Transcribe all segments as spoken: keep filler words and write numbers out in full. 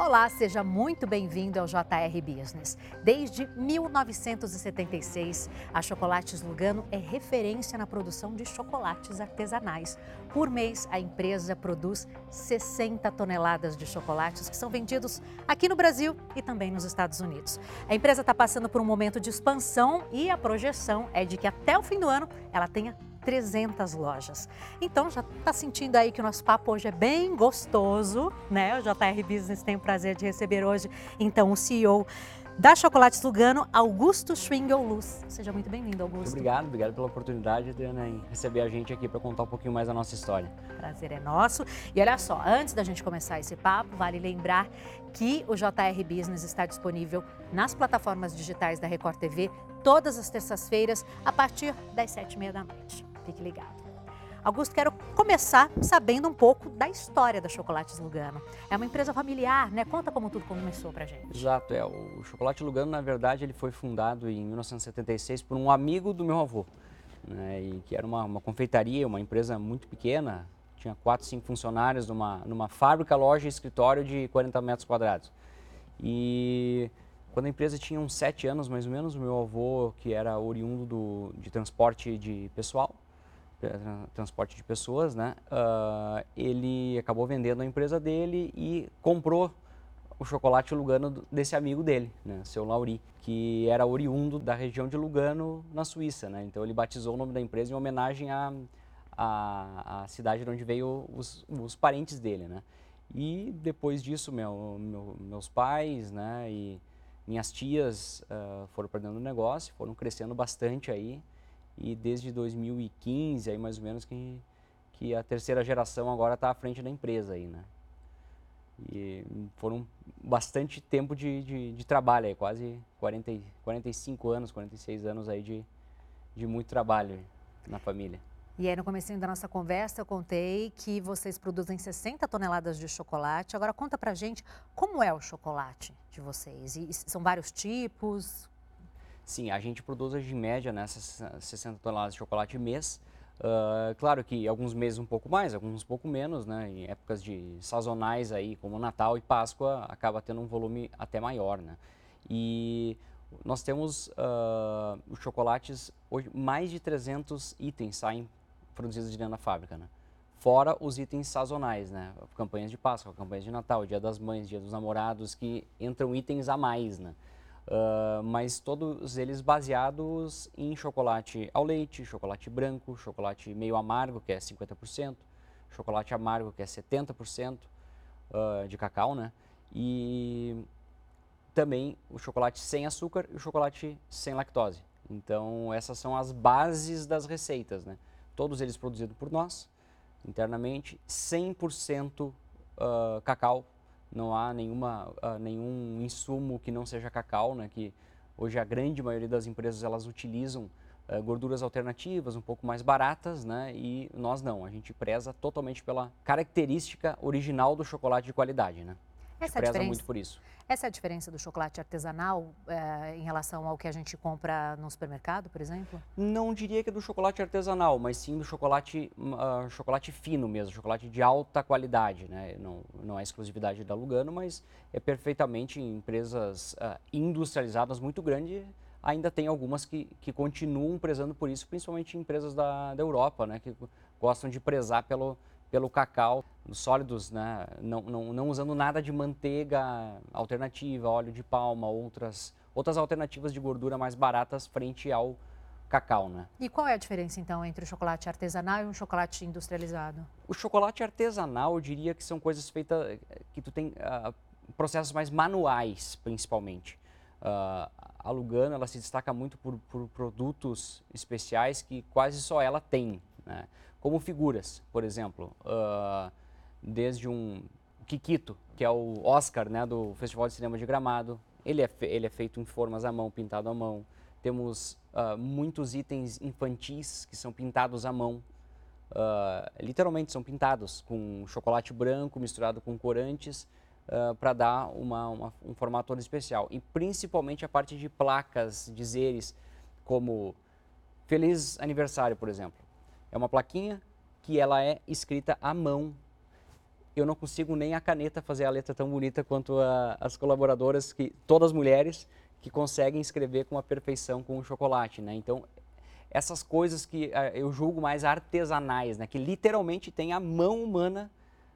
Olá, seja muito bem-vindo ao J R Business. Desde mil novecentos e setenta e seis, a Chocolates Lugano é referência na produção de chocolates artesanais. Por mês, a empresa produz sessenta toneladas de chocolates que são vendidos aqui no Brasil e também nos Estados Unidos. A empresa está passando por um momento de expansão e a projeção é de que até o fim do ano ela tenha trezentas lojas. Então, já está sentindo aí que o nosso papo hoje é bem gostoso, né? O J R Business tem o prazer de receber hoje, então, o C E O da Chocolates Lugano, Augusto Schwingel Luz. Seja muito bem-vindo, Augusto. Muito obrigado, obrigado pela oportunidade, Adriana, em receber a gente aqui para contar um pouquinho mais da nossa história. Prazer é nosso. E olha só, antes da gente começar esse papo, vale lembrar que o J R Business está disponível nas plataformas digitais da Record T V todas as terças-feiras, a partir das sete e meia da noite. Fique ligado. Augusto, quero começar sabendo um pouco da história da Chocolates Lugano. É uma empresa familiar, né? Conta como tudo começou pra gente. Exato, é. O Chocolate Lugano, na verdade, ele foi fundado em mil novecentos e setenta e seis por um amigo do meu avô, né? E que era uma, uma confeitaria, uma empresa muito pequena, tinha quatro, cinco funcionários numa, numa fábrica, loja e escritório de quarenta metros quadrados. E quando a empresa tinha uns sete anos, mais ou menos, o meu avô, que era oriundo do, de transporte de pessoal, transporte de pessoas, né? Uh, ele acabou vendendo a empresa dele e comprou o Chocolate Lugano desse amigo dele, né? Seu Lauri, que era oriundo da região de Lugano, na Suíça, né? Então ele batizou o nome da empresa em homenagem à, à, à cidade de onde veio os, os parentes dele, né? E depois disso, meu, meu, meus pais, né? E minhas tias uh, foram perdendo o negócio, foram crescendo bastante aí. E desde dois mil e quinze, aí mais ou menos, que, que a terceira geração agora está à frente da empresa aí, né? E foram bastante tempo de, de, de trabalho aí, quase quarenta, quarenta e cinco anos, quarenta e seis anos aí de, de muito trabalho na família. E aí, no comecinho da nossa conversa, eu contei que vocês produzem sessenta toneladas de chocolate. Agora, conta pra gente como é o chocolate de vocês. E são vários tipos? Sim, a gente produz hoje em média nessas sessenta toneladas de chocolate mês. Uh, claro que alguns meses um pouco mais, alguns um pouco menos, né? Em épocas de sazonais aí, como Natal e Páscoa, acaba tendo um volume até maior, né? E nós temos uh, os chocolates, hoje mais de trezentos itens saem produzidos de dentro da fábrica, né? Fora os itens sazonais, né? Campanhas de Páscoa, campanhas de Natal, Dia das Mães, Dia dos Namorados, que entram itens a mais, né? Uh, mas todos eles baseados em chocolate ao leite, chocolate branco, chocolate meio amargo, que é cinquenta por cento, chocolate amargo, que é setenta por cento uh, de cacau, né? E também o chocolate sem açúcar e o chocolate sem lactose. Então, essas são as bases das receitas, né? Todos eles produzidos por nós, internamente, cem por cento uh, cacau. Não há nenhuma, uh, nenhum insumo que não seja cacau, né? Que hoje a grande maioria das empresas elas utilizam uh, gorduras alternativas um pouco mais baratas, né? E nós não, a gente preza totalmente pela característica original do chocolate de qualidade, né? A gente Essa é a preza diferença. muito por isso. Essa é a diferença do chocolate artesanal eh, em relação ao que a gente compra no supermercado, por exemplo? Não diria que é do chocolate artesanal, mas sim do chocolate, uh, chocolate fino mesmo, chocolate de alta qualidade, né? Não, não é exclusividade da Lugano, mas é perfeitamente em empresas uh, industrializadas muito grandes. Ainda tem algumas que, que continuam prezando por isso, principalmente empresas da, da Europa, né? Que gostam de prezar pelo, pelo cacau, sólidos, né? Não, não, não usando nada de manteiga alternativa, óleo de palma, outras, outras alternativas de gordura mais baratas frente ao cacau, né? E qual é a diferença, então, entre o chocolate artesanal e um chocolate industrializado? O chocolate artesanal, eu diria que são coisas feitas, que tu tem uh, processos mais manuais, principalmente. Uh, a Lugano, ela se destaca muito por, por produtos especiais que quase só ela tem, né? Como figuras, por exemplo, uh, desde um Kikito, que é o Oscar, né, do Festival de Cinema de Gramado. Ele é, fe ele é feito em formas à mão, pintado à mão. Temos uh, muitos itens infantis que são pintados à mão. Uh, literalmente são pintados com chocolate branco misturado com corantes uh, para dar uma, uma, um formato todo especial. E principalmente a parte de placas, dizeres, como Feliz Aniversário, por exemplo. É uma plaquinha que ela é escrita à mão eu não consigo nem a caneta fazer a letra tão bonita quanto a, as colaboradoras, que todas mulheres, que conseguem escrever com a perfeição com o chocolate, né? Então, essas coisas que uh, eu julgo mais artesanais, né? Que literalmente tem a mão humana,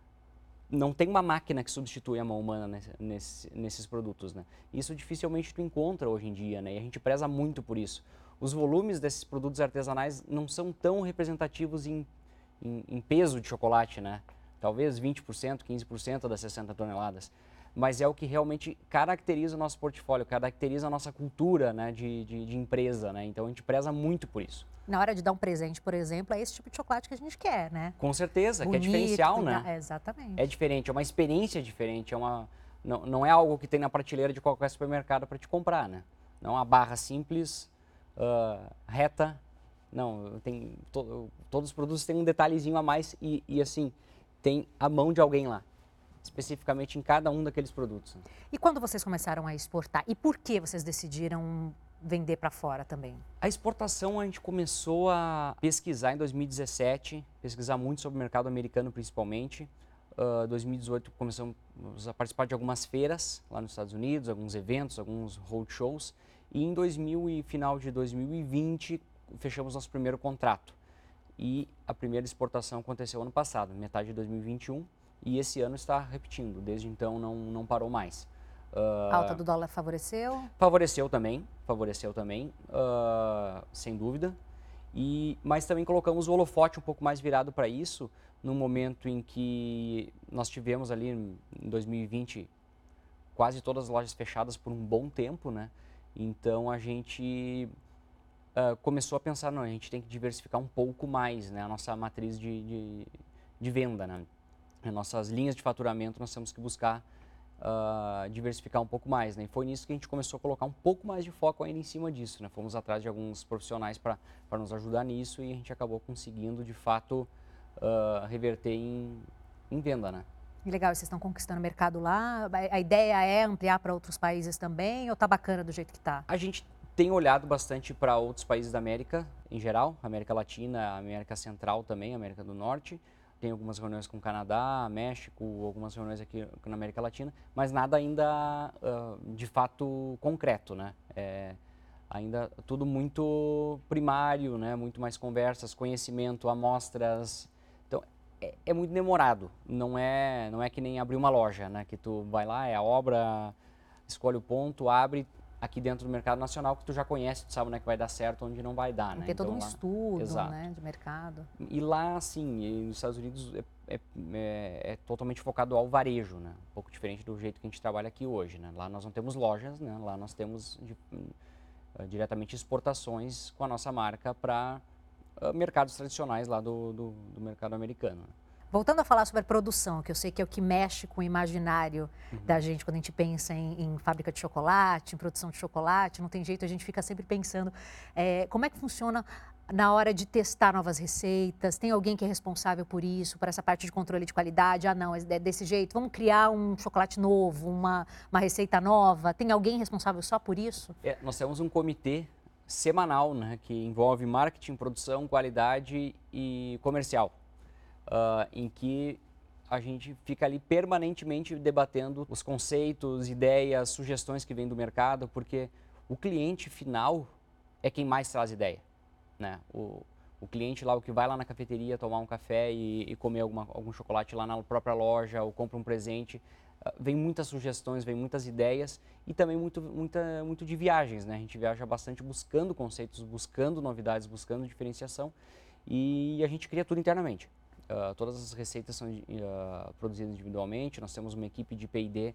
não tem uma máquina que substitui a mão humana nesse, nesse, nesses produtos, né? Isso dificilmente tu encontra hoje em dia, né? E a gente preza muito por isso. Os volumes desses produtos artesanais não são tão representativos em, em, em peso de chocolate, né? Talvez vinte por cento, quinze por cento das sessenta toneladas. Mas é o que realmente caracteriza o nosso portfólio, caracteriza a nossa cultura, né, de, de, de empresa, né? Então a gente preza muito por isso. Na hora de dar um presente, por exemplo, é esse tipo de chocolate que a gente quer, né? Com certeza, Bonito, que é diferencial, né? né? É, exatamente. É diferente, é uma experiência diferente, é uma, não, não é algo que tem na prateleira de qualquer supermercado para te comprar, né? Não é uma barra simples, uh, reta, não, tem, to, todos os produtos têm um detalhezinho a mais e, e assim, tem a mão de alguém lá, especificamente em cada um daqueles produtos. E quando vocês começaram a exportar, e por que vocês decidiram vender para fora também? A exportação a gente começou a pesquisar em dois mil e dezessete, pesquisar muito sobre o mercado americano principalmente. Em uh, dois mil e dezoito começamos a participar de algumas feiras lá nos Estados Unidos, alguns eventos, alguns roadshows. E em dois mil e final de dois mil e vinte fechamos nosso primeiro contrato. E a primeira exportação aconteceu ano passado, metade de dois mil e vinte e um, e esse ano está repetindo, desde então não, não parou mais. Uh, a alta do dólar favoreceu? Favoreceu também, favoreceu também, uh, sem dúvida. E, mas também colocamos o holofote um pouco mais virado para isso, no momento em que nós tivemos ali em dois mil e vinte quase todas as lojas fechadas por um bom tempo, né? Então a gente uh, começou a pensar, não, a gente tem que diversificar um pouco mais, né, a nossa matriz de, de, de venda, né? As nossas linhas de faturamento nós temos que buscar uh, diversificar um pouco mais, né? E foi nisso que a gente começou a colocar um pouco mais de foco ainda em cima disso, né? Fomos atrás de alguns profissionais para nos ajudar nisso e a gente acabou conseguindo, de fato, uh, reverter em, em venda, né? Legal, vocês estão conquistando o mercado lá, a ideia é ampliar para outros países também ou tá bacana do jeito que tá? A gente tem olhado bastante para outros países da América em geral, América Latina, América Central também, América do Norte. Tem algumas reuniões com o Canadá, México, algumas reuniões aqui na América Latina, mas nada ainda uh, de fato concreto, né? É, ainda tudo muito primário, né? Muito mais conversas, conhecimento, amostras. Então, é, é muito demorado. Não é, não é que nem abrir uma loja, né? Que tu vai lá, é a obra, escolhe o ponto, abre aqui dentro do mercado nacional que tu já conhece, tu sabe onde é que vai dar certo, onde não vai dar, né? Tem todo então, um lá, estudo, exato, né, de mercado. E lá, assim, nos Estados Unidos é, é, é, é totalmente focado ao varejo, né? Um pouco diferente do jeito que a gente trabalha aqui hoje, né? Lá nós não temos lojas, né? Lá nós temos de, uh, diretamente exportações com a nossa marca para uh, mercados tradicionais lá do, do, do mercado americano. Voltando a falar sobre a produção, que eu sei que é o que mexe com o imaginário uhum. da gente quando a gente pensa em, em fábrica de chocolate, em produção de chocolate, não tem jeito, a gente fica sempre pensando é, como é que funciona na hora de testar novas receitas, tem alguém que é responsável por isso, por essa parte de controle de qualidade, ah não, é desse jeito, vamos criar um chocolate novo, uma, uma receita nova, tem alguém responsável só por isso? É, nós temos um comitê semanal, né, que envolve marketing, produção, qualidade e comercial. Uh, em que a gente fica ali permanentemente debatendo os conceitos, ideias, sugestões que vêm do mercado, porque o cliente final é quem mais traz ideia, né? O, o cliente lá, o que vai lá na cafeteria tomar um café e, e comer alguma, algum chocolate lá na própria loja ou compra um presente, uh, vem muitas sugestões, vem muitas ideias e também muito, muita, muito de viagens, né? A gente viaja bastante buscando conceitos, buscando novidades, buscando diferenciação e a gente cria tudo internamente. Uh, todas as receitas são uh, produzidas individualmente, nós temos uma equipe de P e D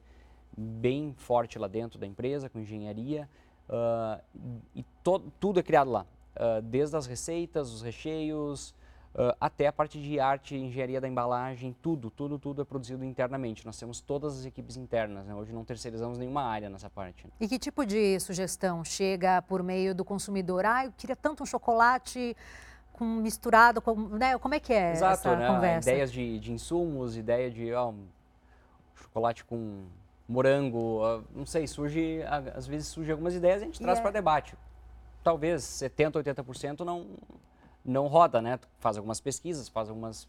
bem forte lá dentro da empresa, com engenharia, uh, e to tudo é criado lá, uh, desde as receitas, os recheios, uh, até a parte de arte, engenharia da embalagem, tudo, tudo, tudo é produzido internamente. Nós temos todas as equipes internas, né? Hoje não terceirizamos nenhuma área nessa parte. E que tipo de sugestão chega por meio do consumidor? Ah, eu queria tanto um chocolate com misturado, com, né? Como é que é Exato, essa né? conversa? Ideias de, de insumos, ideia de ó, um chocolate com morango, ó, não sei, surge, às vezes surgem algumas ideias e a gente traz para debate. Talvez setenta, oitenta por cento não, não roda, né? Tu faz algumas pesquisas, faz algumas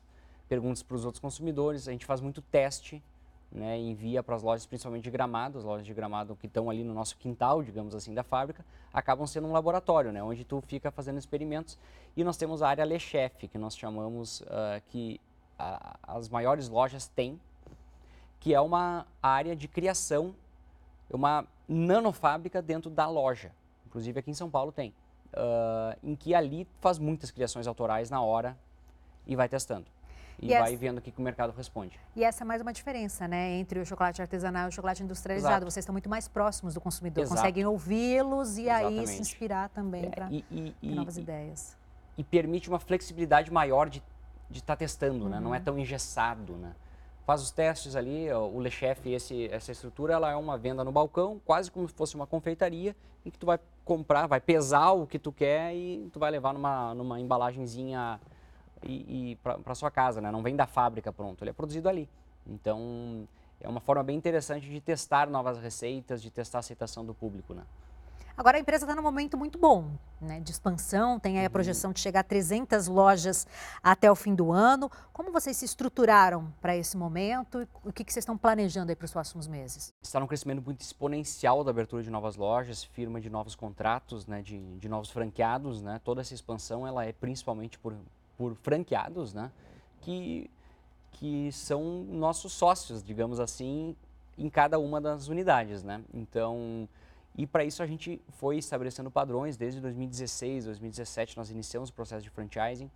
perguntas para os outros consumidores, a gente faz muito teste, né, envia para as lojas, principalmente de Gramado, as lojas de Gramado que estão ali no nosso quintal, digamos assim, da fábrica, acabam sendo um laboratório, né, onde tu fica fazendo experimentos. E nós temos a área Le Chef, que nós chamamos, uh, que a, as maiores lojas têm, que é uma área de criação, uma nanofábrica dentro da loja, inclusive aqui em São Paulo tem, uh, em que ali faz muitas criações autorais na hora e vai testando. E, e vai essa... vendo o que, que o mercado responde. E essa é mais uma diferença, né, entre o chocolate artesanal e o chocolate industrializado. Exato. Vocês estão muito mais próximos do consumidor, Exato. Conseguem ouvi-los e Exatamente. Aí se inspirar também é, para novas e, ideias. E permite uma flexibilidade maior de estar tá testando, uhum. né? Não é tão engessado, né? Faz os testes ali, o Le Chef, esse, essa estrutura, ela é uma venda no balcão, quase como se fosse uma confeitaria, em que tu vai comprar, vai pesar o que tu quer e tu vai levar numa, numa embalagenzinha e, e para sua casa, né? Não vem da fábrica pronto, ele é produzido ali. Então, é uma forma bem interessante de testar novas receitas, de testar a aceitação do público, né? Agora a empresa está num momento muito bom, né, de expansão, tem aí a projeção de chegar a trezentas lojas até o fim do ano. Como vocês se estruturaram para esse momento e o que, que vocês estão planejando aí para os próximos meses? Está num crescimento muito exponencial da abertura de novas lojas, firma de novos contratos, né, de, de novos franqueados, né? Toda essa expansão ela é principalmente por, por franqueados, né, que, que são nossos sócios, digamos assim, em cada uma das unidades, né? Então, e para isso a gente foi estabelecendo padrões desde dois mil e dezesseis, dois mil e dezessete, nós iniciamos o processo de franchising,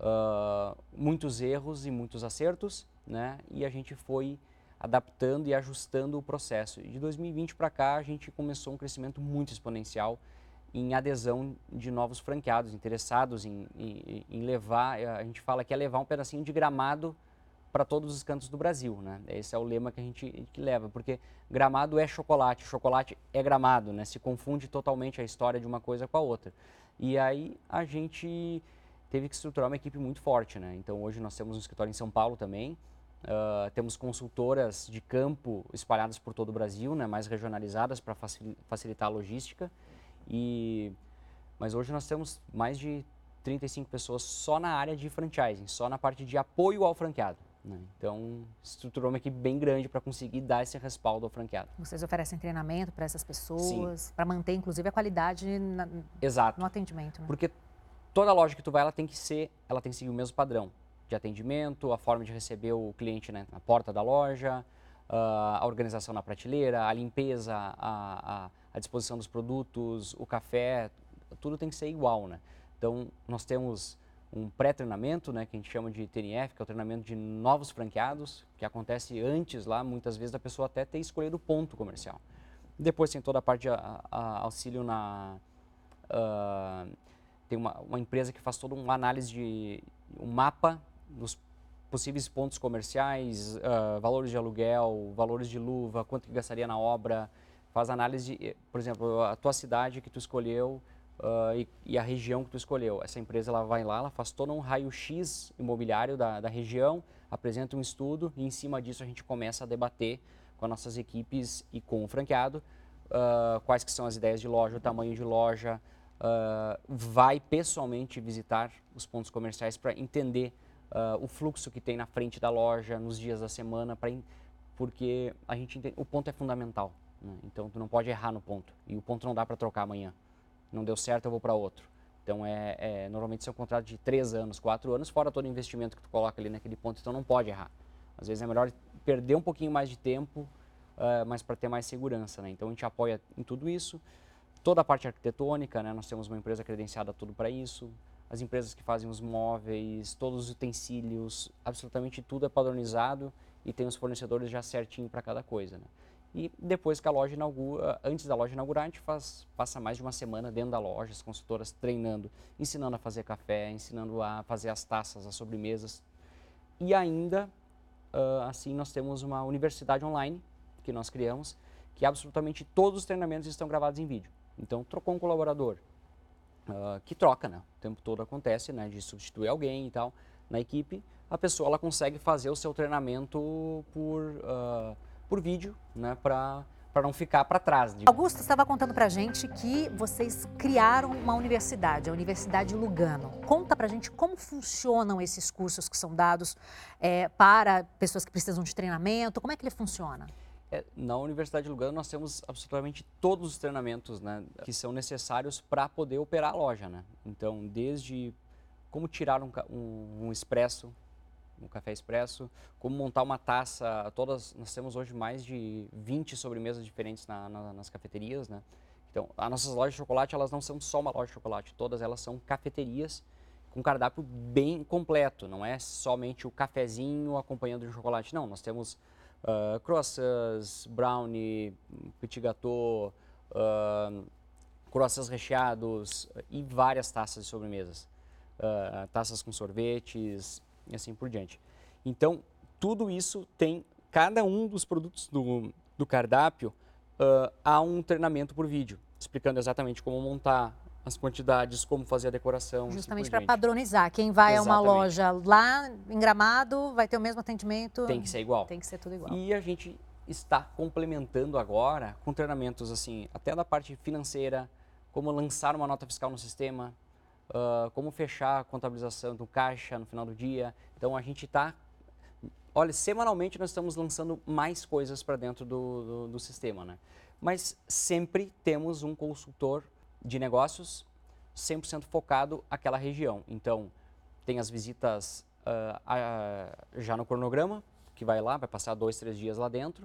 uh, muitos erros e muitos acertos, né? E a gente foi adaptando e ajustando o processo. E de dois mil e vinte para cá a gente começou um crescimento muito exponencial em adesão de novos franqueados interessados em, em, em levar, a gente fala que é levar um pedacinho de Gramado para todos os cantos do Brasil, né? Esse é o lema que a gente que leva, porque Gramado é chocolate, chocolate é Gramado, né? Se confunde totalmente a história de uma coisa com a outra. E aí a gente teve que estruturar uma equipe muito forte, né? Então hoje nós temos um escritório em São Paulo também, uh, temos consultoras de campo espalhadas por todo o Brasil, né? Mais regionalizadas para facilitar a logística. E mas hoje nós temos mais de trinta e cinco pessoas só na área de franchising, só na parte de apoio ao franqueado. Então, estruturou uma equipe bem grande para conseguir dar esse respaldo ao franqueado. Vocês oferecem treinamento para essas pessoas, para manter, inclusive, a qualidade na, Exato. no atendimento, né? Porque toda loja que tu vai, ela tem que ser, ela tem que seguir o mesmo padrão de atendimento, a forma de receber o cliente, né, na porta da loja, uh, a organização na prateleira, a limpeza, a, a, a disposição dos produtos, o café, tudo tem que ser igual, né? Então, nós temos um pré-treinamento, né, que a gente chama de T N F, que é o treinamento de novos franqueados, que acontece antes lá, muitas vezes, da pessoa até ter escolhido o ponto comercial. Depois tem toda a parte de a, a, auxílio na... Uh, tem uma, uma empresa que faz toda uma análise de um mapa dos possíveis pontos comerciais, uh, valores de aluguel, valores de luva, quanto que gastaria na obra, faz análise de, por exemplo, a tua cidade que tu escolheu, Uh, e, e a região que tu escolheu. Essa empresa ela vai lá, ela faz todo um raio-x imobiliário da, da região, apresenta um estudo e em cima disso a gente começa a debater com as nossas equipes e com o franqueado uh, quais que são as ideias de loja, o tamanho de loja, uh, vai pessoalmente visitar os pontos comerciais para entender uh, o fluxo que tem na frente da loja, nos dias da semana, pra, porque a gente entende, o ponto é fundamental, né? Então tu não pode errar no ponto e o ponto não dá para trocar amanhã. Não deu certo, eu vou para outro. Então, é, é, normalmente são contratos de três anos, quatro anos, fora todo o investimento que tu coloca ali naquele ponto, então não pode errar. Às vezes é melhor perder um pouquinho mais de tempo, uh, mas para ter mais segurança, né? Então, a gente apoia em tudo isso. Toda a parte arquitetônica, né? Nós temos uma empresa credenciada tudo para isso. As empresas que fazem os móveis, todos os utensílios, absolutamente tudo é padronizado e tem os fornecedores já certinho para cada coisa, né? E depois que a loja inaugura, antes da loja inaugurar, a gente faz, passa mais de uma semana dentro da loja, as consultoras treinando, ensinando a fazer café, ensinando a fazer as taças, as sobremesas. E ainda, uh, assim, nós temos uma universidade online que nós criamos, que absolutamente todos os treinamentos estão gravados em vídeo. Então, trocou um colaborador, uh, que troca, né? O tempo todo acontece, né? De substituir alguém e tal, na equipe, a pessoa ela consegue fazer o seu treinamento por... Uh, por vídeo, né, para para não ficar para trás. Augusto estava contando para a gente que vocês criaram uma universidade, a Universidade Lugano. Conta para a gente como funcionam esses cursos que são dados é, para pessoas que precisam de treinamento, como é que ele funciona? É, na Universidade Lugano nós temos absolutamente todos os treinamentos, né, que são necessários para poder operar a loja, né? Então, desde como tirar um, um, um expresso, um café expresso, como montar uma taça, todas, nós temos hoje mais de vinte sobremesas diferentes na, na, nas cafeterias, né? Então, as nossas lojas de chocolate, elas não são só uma loja de chocolate, todas elas são cafeterias com cardápio bem completo, não é somente o cafezinho acompanhando de chocolate, não, nós temos uh, croissants, brownie, petit gâteau, uh, croissants recheados e várias taças de sobremesas, uh, taças com sorvetes, e assim por diante. Então, tudo isso tem, cada um dos produtos do, do cardápio, uh, há um treinamento por vídeo, explicando exatamente como montar, as quantidades, como fazer a decoração. Justamente assim para padronizar. Quem vai exatamente. a uma loja lá em Gramado vai ter o mesmo atendimento? Tem que ser igual. Tem que ser tudo igual. E a gente está complementando agora com treinamentos, assim, até da parte financeira, como lançar uma nota fiscal no sistema, Uh, como fechar a contabilização do caixa no final do dia. Então, a gente está... Olha, semanalmente nós estamos lançando mais coisas para dentro do, do, do sistema, né? Mas sempre temos um consultor de negócios cem por cento focado naquela região. Então, tem as visitas uh, uh, já no cronograma, que vai lá, vai passar dois, três dias lá dentro.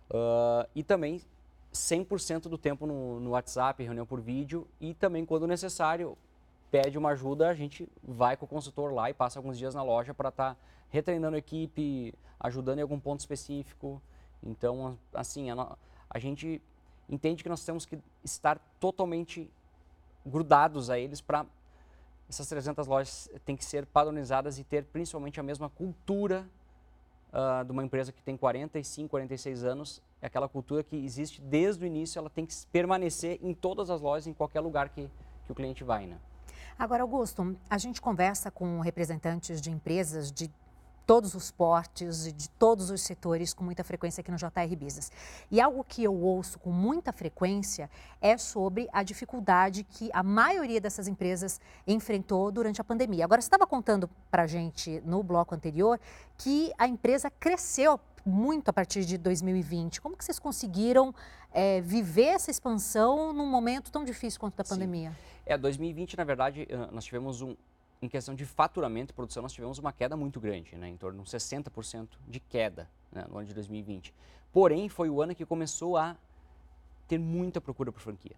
Uh, e também cem por cento do tempo no, no WhatsApp, reunião por vídeo. E também, quando necessário, pede uma ajuda, a gente vai com o consultor lá e passa alguns dias na loja para estar tá retreinando a equipe, ajudando em algum ponto específico. Então, assim, a, a gente entende que nós temos que estar totalmente grudados a eles para essas trezentas lojas têm que ser padronizadas e ter principalmente a mesma cultura uh, de uma empresa que tem quarenta e cinco, quarenta e seis anos. É aquela cultura que existe desde o início, ela tem que permanecer em todas as lojas, em qualquer lugar que, que o cliente vai, né? Agora, Augusto, a gente conversa com representantes de empresas de todos os portes e de todos os setores com muita frequência aqui no J R Business. E algo que eu ouço com muita frequência é sobre a dificuldade que a maioria dessas empresas enfrentou durante a pandemia. Agora, você estava contando para a gente no bloco anterior que a empresa cresceu muito a partir de dois mil e vinte. Como que vocês conseguiram é, viver essa expansão num momento tão difícil quanto da pandemia? Sim. É, dois mil e vinte, na verdade, nós tivemos um, em questão de faturamento e produção, nós tivemos uma queda muito grande, né, em torno de sessenta por cento de queda, né, no ano de dois mil e vinte. Porém, foi o ano que começou a ter muita procura por franquia.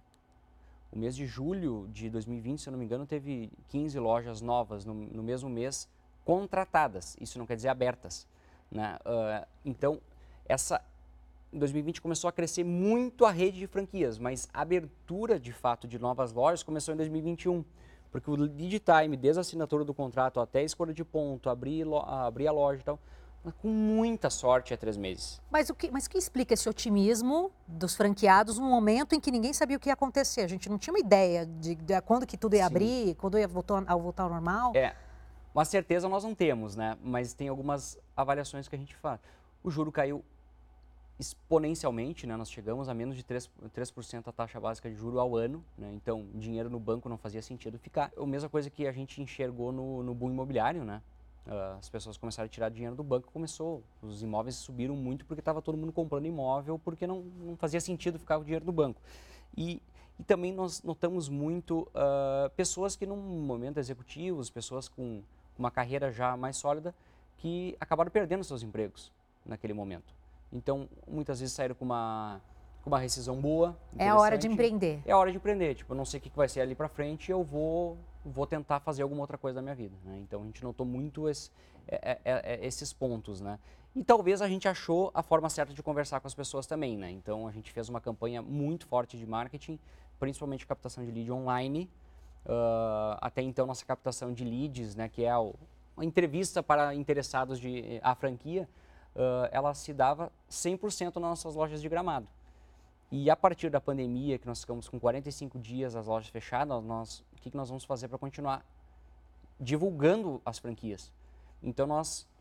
O mês de julho de dois mil e vinte, se eu não me engano, teve quinze lojas novas no, no mesmo mês contratadas, isso não quer dizer abertas, né? Uh, então, essa, em dois mil e vinte começou a crescer muito a rede de franquias, mas a abertura, de fato, de novas lojas começou em dois mil e vinte e um, porque o lead time, desde a assinatura do contrato até a escolha de ponto, abrir, lo, abrir a loja e tal, com muita sorte é três meses. Mas o que, mas o que explica esse otimismo dos franqueados num momento em que ninguém sabia o que ia acontecer? A gente não tinha uma ideia de, de quando que tudo ia Sim. abrir, quando ia voltar ao, voltar ao normal? É, uma certeza nós não temos, né? Mas tem algumas avaliações que a gente faz. O juro caiu exponencialmente, né? Nós chegamos a menos de três por cento a taxa básica de juro ao ano, né? Então, dinheiro no banco não fazia sentido ficar. A mesma coisa que a gente enxergou no, no boom imobiliário, né? Uh, as pessoas começaram a tirar dinheiro do banco, começou, os imóveis subiram muito porque estava todo mundo comprando imóvel, porque não, não fazia sentido ficar com o dinheiro no banco. E, e também nós notamos muito uh, pessoas que num momento executivos, pessoas com uma carreira já mais sólida, que acabaram perdendo seus empregos naquele momento. Então, muitas vezes saíram com uma, com uma rescisão boa. É a hora de empreender. É a hora de empreender. Tipo, eu não sei o que vai ser ali para frente, eu vou, vou tentar fazer alguma outra coisa da minha vida, né? Então, a gente notou muito esse, é, é, é, esses pontos, né? E talvez a gente achou a forma certa de conversar com as pessoas também, né? Então, a gente fez uma campanha muito forte de marketing, principalmente captação de lead online. Uh, até então, nossa captação de leads, né, que é a, a entrevista para interessados de a franquia, Uh, ela se dava cem por cento nas nossas lojas de Gramado. E a partir da pandemia, que nós ficamos com quarenta e cinco dias as lojas fechadas, nós, o que, que nós vamos fazer para continuar divulgando as franquias? Então, nós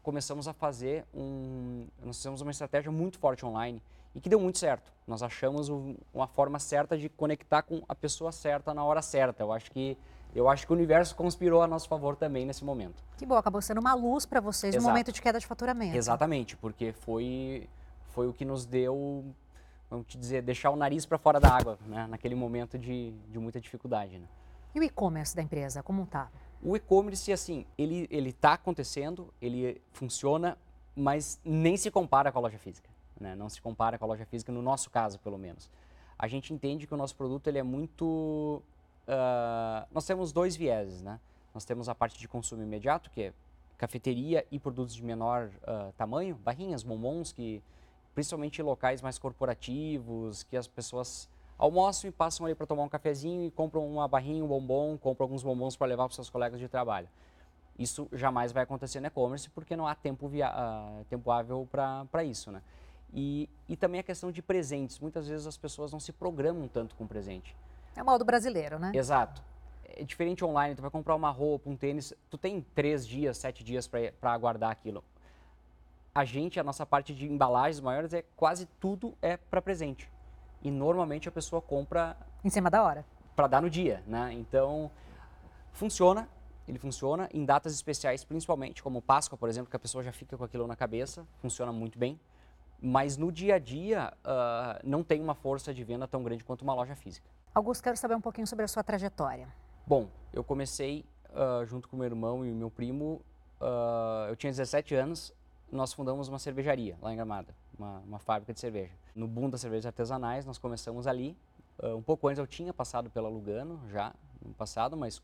começamos a fazer um... Nós fizemos uma estratégia muito forte online e que deu muito certo. Nós achamos um, uma forma certa de conectar com a pessoa certa na hora certa. Eu acho que, eu acho que o universo conspirou a nosso favor também nesse momento. Que bom, acabou sendo uma luz para vocês no momento de queda de faturamento. Exatamente, porque foi, foi o que nos deu, vamos te dizer, deixar o nariz para fora da água, né? Naquele momento de, de muita dificuldade. Né? E o e-commerce da empresa, como está? O e-commerce, assim, ele ele está acontecendo, ele funciona, mas nem se compara com a loja física. Né? Não se compara com a loja física, no nosso caso, pelo menos. A gente entende que o nosso produto ele é muito... Uh, nós temos dois vieses, né? Nós temos a parte de consumo imediato, que é cafeteria e produtos de menor uh, tamanho, barrinhas, bombons, que principalmente em locais mais corporativos, que as pessoas almoçam e passam ali para tomar um cafezinho e compram uma barrinha, um bombom, compram alguns bombons para levar para os seus colegas de trabalho. Isso jamais vai acontecer no e-commerce porque não há tempo, via, uh, tempo hábil para isso, né? E, e também a questão de presentes. Muitas vezes as pessoas não se programam tanto com presente. É o modo brasileiro, né? Exato. É diferente online, tu vai comprar uma roupa, um tênis, tu tem três dias, sete dias para aguardar aquilo. A gente, a nossa parte de embalagens maiores, é quase tudo é para presente. E normalmente a pessoa compra... Em cima da hora. Para dar no dia, né? Então, funciona, ele funciona em datas especiais, principalmente, como Páscoa, por exemplo, que a pessoa já fica com aquilo na cabeça, funciona muito bem. Mas no dia a dia, uh, não tem uma força de venda tão grande quanto uma loja física. Augusto, quero saber um pouquinho sobre a sua trajetória. Bom, eu comecei uh, junto com meu irmão e meu primo, uh, eu tinha dezessete anos, nós fundamos uma cervejaria lá em Gramado, uma, uma fábrica de cerveja. No boom das cervejas artesanais, nós começamos ali. Uh, um pouco antes eu tinha passado pela Lugano, já no passado, mas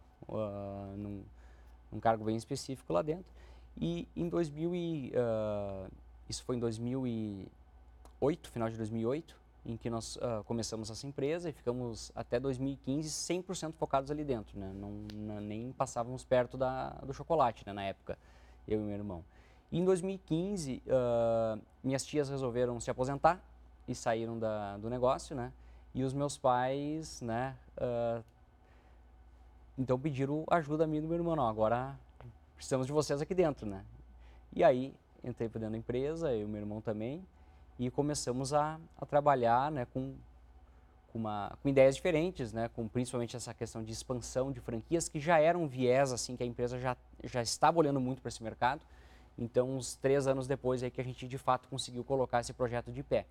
uh, num, num cargo bem específico lá dentro. E em dois mil e, uh, isso foi em dois mil e oito, final de dois mil e oito, em que nós uh, começamos essa empresa e ficamos até dois mil e quinze cem por cento focados ali dentro, né? Não, não, nem passávamos perto da, do chocolate, né, na época, eu e meu irmão. E em dois mil e quinze, uh, minhas tias resolveram se aposentar e saíram da, do negócio, né? E os meus pais, né, uh, então pediram ajuda a mim e do meu irmão. Não, agora precisamos de vocês aqui dentro, né? E aí entrei para dentro da empresa, eu e meu irmão também, e começamos a, a trabalhar, né, com, com, uma, com ideias diferentes, né, com principalmente essa questão de expansão de franquias, que já era um viés assim, que a empresa já, já estava olhando muito para esse mercado. Então, uns três anos depois é que a gente, de fato, conseguiu colocar esse projeto de pé.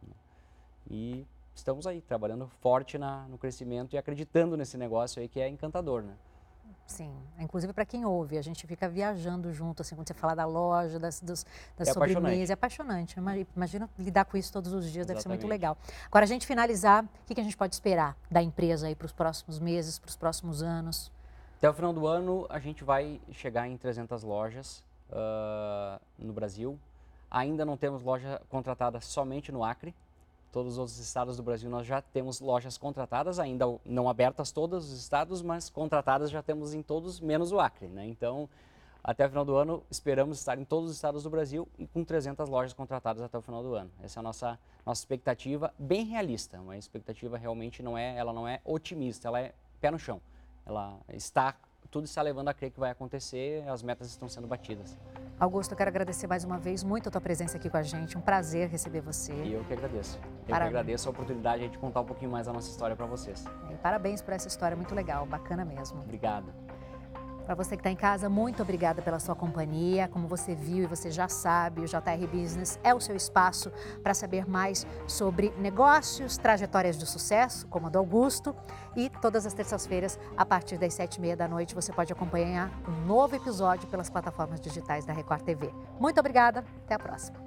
E estamos aí, trabalhando forte na, no crescimento e acreditando nesse negócio aí que é encantador, né? Sim, inclusive para quem ouve, a gente fica viajando junto, assim, quando você fala da loja, das, das, das é sobremesas, é apaixonante. Imagina lidar com isso todos os dias, deve Exatamente. ser muito legal. Agora, a gente finalizar, o que, que a gente pode esperar da empresa aí para os próximos meses, para os próximos anos? Até o final do ano, a gente vai chegar em trezentas lojas uh, no Brasil. Ainda não temos loja contratada somente no Acre. Todos os outros estados do Brasil nós já temos lojas contratadas, ainda não abertas todos os estados, mas contratadas já temos em todos, menos o Acre, né? Então, até o final do ano, esperamos estar em todos os estados do Brasil e com trezentas lojas contratadas até o final do ano. Essa é a nossa, nossa expectativa, bem realista. Uma expectativa realmente não é, ela não é otimista, ela é pé no chão. Ela está, tudo está levando a crer que vai acontecer, as metas estão sendo batidas. Augusto, eu quero agradecer mais uma vez muito a tua presença aqui com a gente. Um prazer receber você. E eu que agradeço. Eu Parabéns. que agradeço a oportunidade de contar um pouquinho mais a nossa história para vocês. E parabéns por essa história muito legal, bacana mesmo. Obrigado. Para você que está em casa, muito obrigada pela sua companhia. Como você viu e você já sabe, o J R Business é o seu espaço para saber mais sobre negócios, trajetórias de sucesso, como a do Augusto. E todas as terças-feiras, a partir das sete e meia da noite, você pode acompanhar um novo episódio pelas plataformas digitais da Record T V. Muito obrigada, até a próxima.